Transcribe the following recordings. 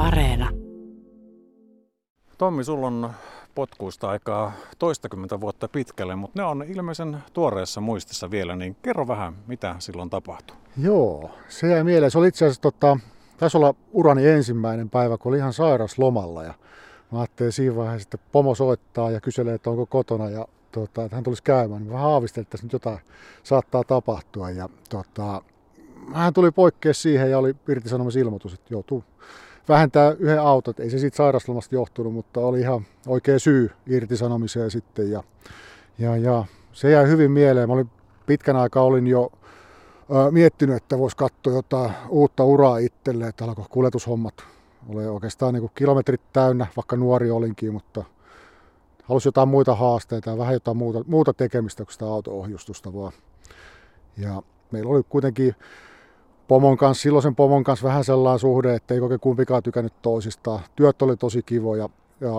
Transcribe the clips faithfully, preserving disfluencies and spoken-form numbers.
Areena. Tommi, sulla on potkuista aikaa toistakymmentä vuotta pitkälle, mutta ne on ilmeisen tuoreessa muistissa vielä, niin kerro vähän, mitä silloin tapahtui. Joo, se jäi mieleen. Se oli itse asiassa, tota, taisi olla urani ensimmäinen päivä, kun oli ihan sairaslomalla. Ja mä ajattelin siinä vaiheessa, että pomo soittaa ja kyselee, että onko kotona ja tota, että hän tulisi käymään. Mä vähän haavistelin, että tässä nyt jotain saattaa tapahtua. Ja tota, hän tuli poikkea siihen ja oli irtisanomisilmoitus, että joutuu vähentää yhden auton. Ei se siitä sairaslomasta johtunut, mutta oli ihan oikea syy irtisanomiseen sitten. Ja, ja, ja se jäi hyvin mieleen. Mä olin pitkän aikaa olin jo ö, miettinyt, että voisi katsoa jotain uutta uraa itselle, että alkoi kuljetushommat. Oli oikeastaan niin kuin kilometrit täynnä, vaikka nuori olinkin, mutta halusin jotain muita haasteita ja vähän jotain muuta, muuta tekemistä kuin sitä auto-ohjustusta vaan. Ja meillä oli kuitenkin pomon kanssa, silloisen pomon kanssa vähän sellainen suhde, että ei oikein kumpikaan tykännyt toisistaan. Työt oli tosi kivoja ja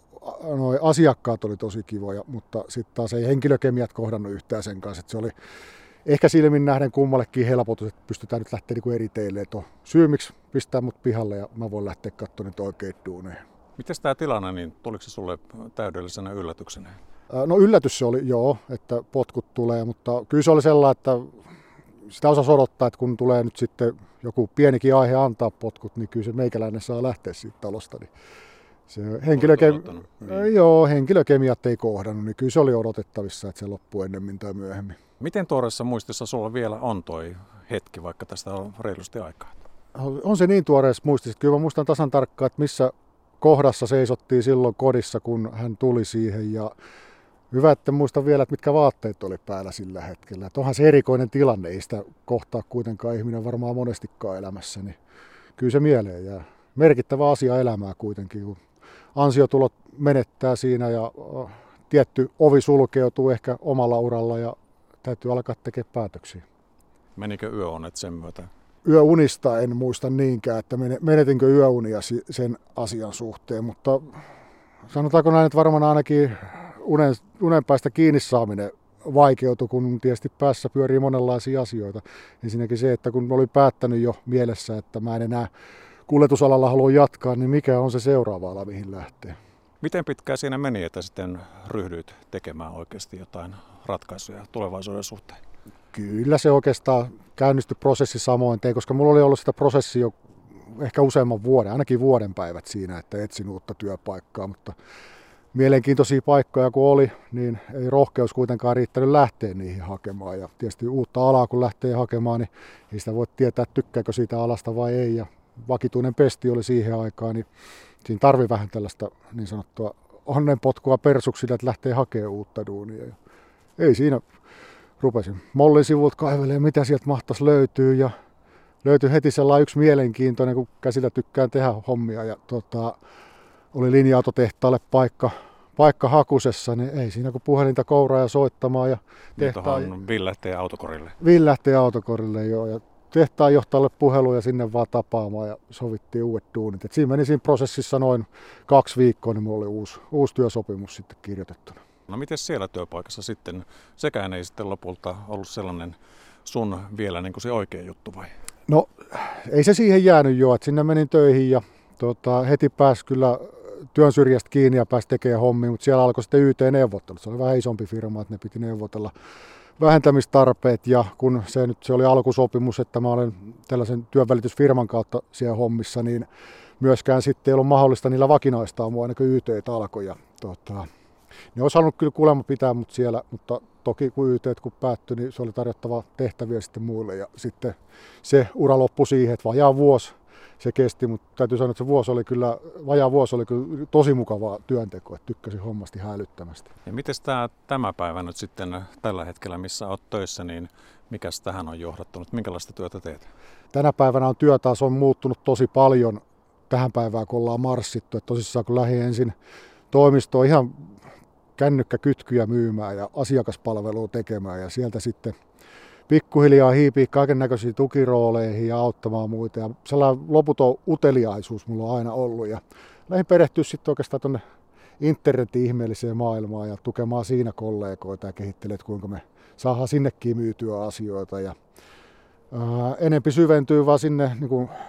noi asiakkaat oli tosi kivoja, mutta sitten taas ei henkilökemiat kohdannut yhtään sen kanssa. Että se oli ehkä silmin nähden kummallekin helpotus, että pystytään nyt lähteä niinku eri teille. Että on syy, miksi pistää mut pihalle ja mä voin lähteä katsomaan niitä oikeita duuneja. Miten tämä tilanne, niin tuliko se sulle täydellisenä yllätyksenä? No yllätys se oli, joo, että potkut tulee, mutta kyllä se oli sellainen, että sitä osasi odottaa, että kun tulee nyt sitten joku pienikin aihe antaa potkut, niin kyllä se meikäläinen saa lähteä siitä talosta. Niin se henkilöke- niin. Joo, henkilökemiat ei kohdannut, niin kyllä se oli odotettavissa, että se loppuu ennemmin tai myöhemmin. Miten tuoreessa muistissa sulla vielä on toi hetki, vaikka tästä on reilusti aikaa? On se niin tuoreessa muistissa, että kyllä mä muistan tasan tarkkaan, että missä kohdassa seisottiin silloin kodissa, kun hän tuli siihen. Ja hyvä, että muistan vielä, että mitkä vaatteet oli päällä sillä hetkellä. Että onhan se erikoinen tilanne, ei sitä kohtaa kuitenkaan ihminen varmaan monestikaan elämässä. Niin kyllä se mieleen jää. Merkittävä asia elämää kuitenkin, kun ansiotulot menettää siinä ja tietty ovi sulkeutuu ehkä omalla uralla ja täytyy alkaa tekemään päätöksiä. Menikö yöunet sen myötä? Yöunista en muista niinkään, että menetinkö yöunia sen asian suhteen, mutta sanotaanko näin, että varmaan ainakin unen, unen päästä kiinni saaminen vaikeutui, kun tietysti päässä pyörii monenlaisia asioita. Ensinnäkin se, että kun olin päättänyt jo mielessä, että mä en enää kuljetusalalla halua jatkaa, niin mikä on se seuraava ala, mihin lähtee. Miten pitkään siinä meni, että sitten ryhdyit tekemään oikeasti jotain ratkaisuja tulevaisuuden suhteen? Kyllä se oikeastaan käynnistyi prosessi samoin tein, koska mulla oli ollut sitä prosessia jo ehkä useamman vuoden, ainakin vuoden päivät siinä, että etsin uutta työpaikkaa, mutta mielenkiintoisia paikkoja kun oli, niin ei rohkeus kuitenkaan riittänyt lähteä niihin hakemaan. Ja tietysti uutta alaa kun lähtee hakemaan, niin ei sitä voi tietää, tykkääkö siitä alasta vai ei. Ja vakituinen pesti oli siihen aikaan, niin siinä tarvii vähän tällaista niin sanottua onnenpotkua persuksille, että lähtee hakemaan uutta duunia. Ja ei siinä. Rupesin Mollin sivulta kaivelemaan, mitä sieltä mahtaisi löytyä, ja löytyi heti sellainen yksi mielenkiintoinen, kun käsillä tykkään tehdä hommia, ja tota, oli linja-autotehtaalle paikka, paikka hakusessa, niin ei siinä kun puhelinta kouraa ja soittamaan. Ja tehtaan... Ville lähtee autokorille. Ville lähtee autokorille, joo, ja tehtaan johtajalle puhelu ja sinne vaan tapaamaan, ja sovittiin uudet duunit. Et siinä meni siinä prosessissa noin kaksi viikkoa, niin mulla oli uusi, uusi työsopimus sitten kirjoitettuna. No miten siellä työpaikassa sitten, sekään ei sitten lopulta ollut sellainen sun vielä niin kuin se oikea juttu vai? No ei se siihen jäänyt jo, että sinne menin töihin ja tota, heti pääsi kyllä työn syrjästä kiinni ja pääsi tekemään hommia, mutta siellä alkoi sitten Y T-neuvottelut. Se oli vähän isompi firma, että ne piti neuvotella vähentämistarpeet ja kun se nyt se oli alkusopimus, että mä olen tällaisen työnvälitysfirman kautta siellä hommissa, niin myöskään sitten ei ollut mahdollista niillä vakinaistaa mua ennen kuin Y T alkoi. Ja, tota, ne olisi halunnut kyllä kuulemma pitää mut siellä, mutta toki kun Y T kun päättyi, niin se oli tarjottava tehtäviä sitten muille. Ja sitten se ura loppui siihen, että vajaa vuosi se kesti, mutta täytyy sanoa, että se vuosi oli kyllä, vajaa vuosi oli kyllä tosi mukavaa työntekoa, että tykkäsin hommasti häilyttämästi. Ja miten tämä, tämä päivä nyt sitten tällä hetkellä, missä olet töissä, niin mikäs tähän on johdattunut? Minkälaista työtä teet? Tänä päivänä on työ taas on muuttunut tosi paljon tähän päivään, kun ollaan marssittu. Että tosissaan kun lähdin ensin toimistoon ihan kännykkäkytkyjä myymään ja asiakaspalvelua tekemään ja sieltä sitten pikkuhiljaa hiipii kaiken näköisiin tukirooleihin ja auttamaan muita. Ja sellainen loputon uteliaisuus mulla on aina ollut. Ja lähdin perehtyä sitten oikeastaan tuonne internetin ihmeelliseen maailmaan ja tukemaan siinä kollegoita ja kehittelemään, että kuinka me saadaan sinnekin myytyä asioita. Ja ää, enempi syventyy vaan sinne niin kuin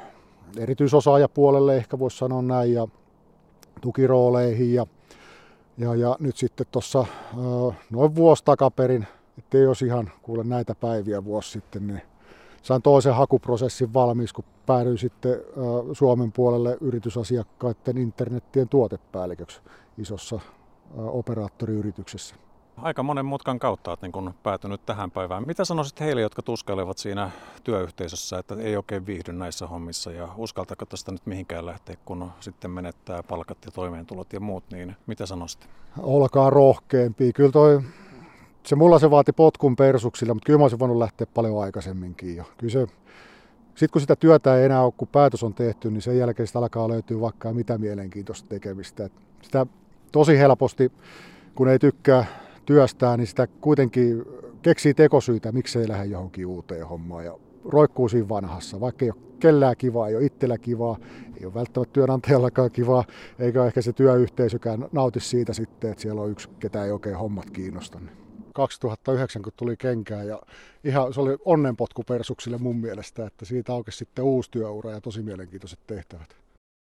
erityisosaajapuolelle, ehkä voisi sanoa näin, ja tukirooleihin. Ja, ja, ja nyt sitten tuossa noin vuosi takaperin, ettei olisi ihan kuule näitä päiviä vuosi sitten, niin sain toisen hakuprosessin valmiiksi, kun päädyin sitten Suomen puolelle yritysasiakkaiden internettien tuotepäälliköksi isossa operaattoriyrityksessä. Aika monen mutkan kautta olet niin kun päätynyt tähän päivään. Mitä sanoisit heille, jotka tuskailevat siinä työyhteisössä, että ei oikein viihdy näissä hommissa ja uskaltaako tästä nyt mihinkään lähteä, kun sitten menettää palkat ja toimeentulot ja muut, niin mitä sanoisit? Olkaa rohkeampia. Kyllä toi, se mulla se vaati potkun persuksilla, mutta kyllä mä olisin voinut lähteä paljon aikaisemminkin jo. Kyllä se, sitten kun sitä työtä ei enää ole, kun päätös on tehty, niin sen jälkeen sitä alkaa löytyä vaikka mitä mielenkiintoista tekemistä. Et sitä tosi helposti, kun ei tykkää työstää, niin sitä kuitenkin keksii tekosyitä, miksei lähde johonkin uuteen hommaan ja roikkuu siinä vanhassa. Vaikka ei ole kellään kivaa, ei ole itsellä kivaa, ei ole välttämättä työnantajallakaan kivaa, eikä ehkä se työyhteisökään nauti siitä sitten, että siellä on yksi, ketä ei oikein hommat kiinnosta. kaksituhattayhdeksän, kun tuli kenkään ja ihan, se oli onnenpotku persuksille mun mielestä, että siitä aukesi sitten uusi työura ja tosi mielenkiintoiset tehtävät.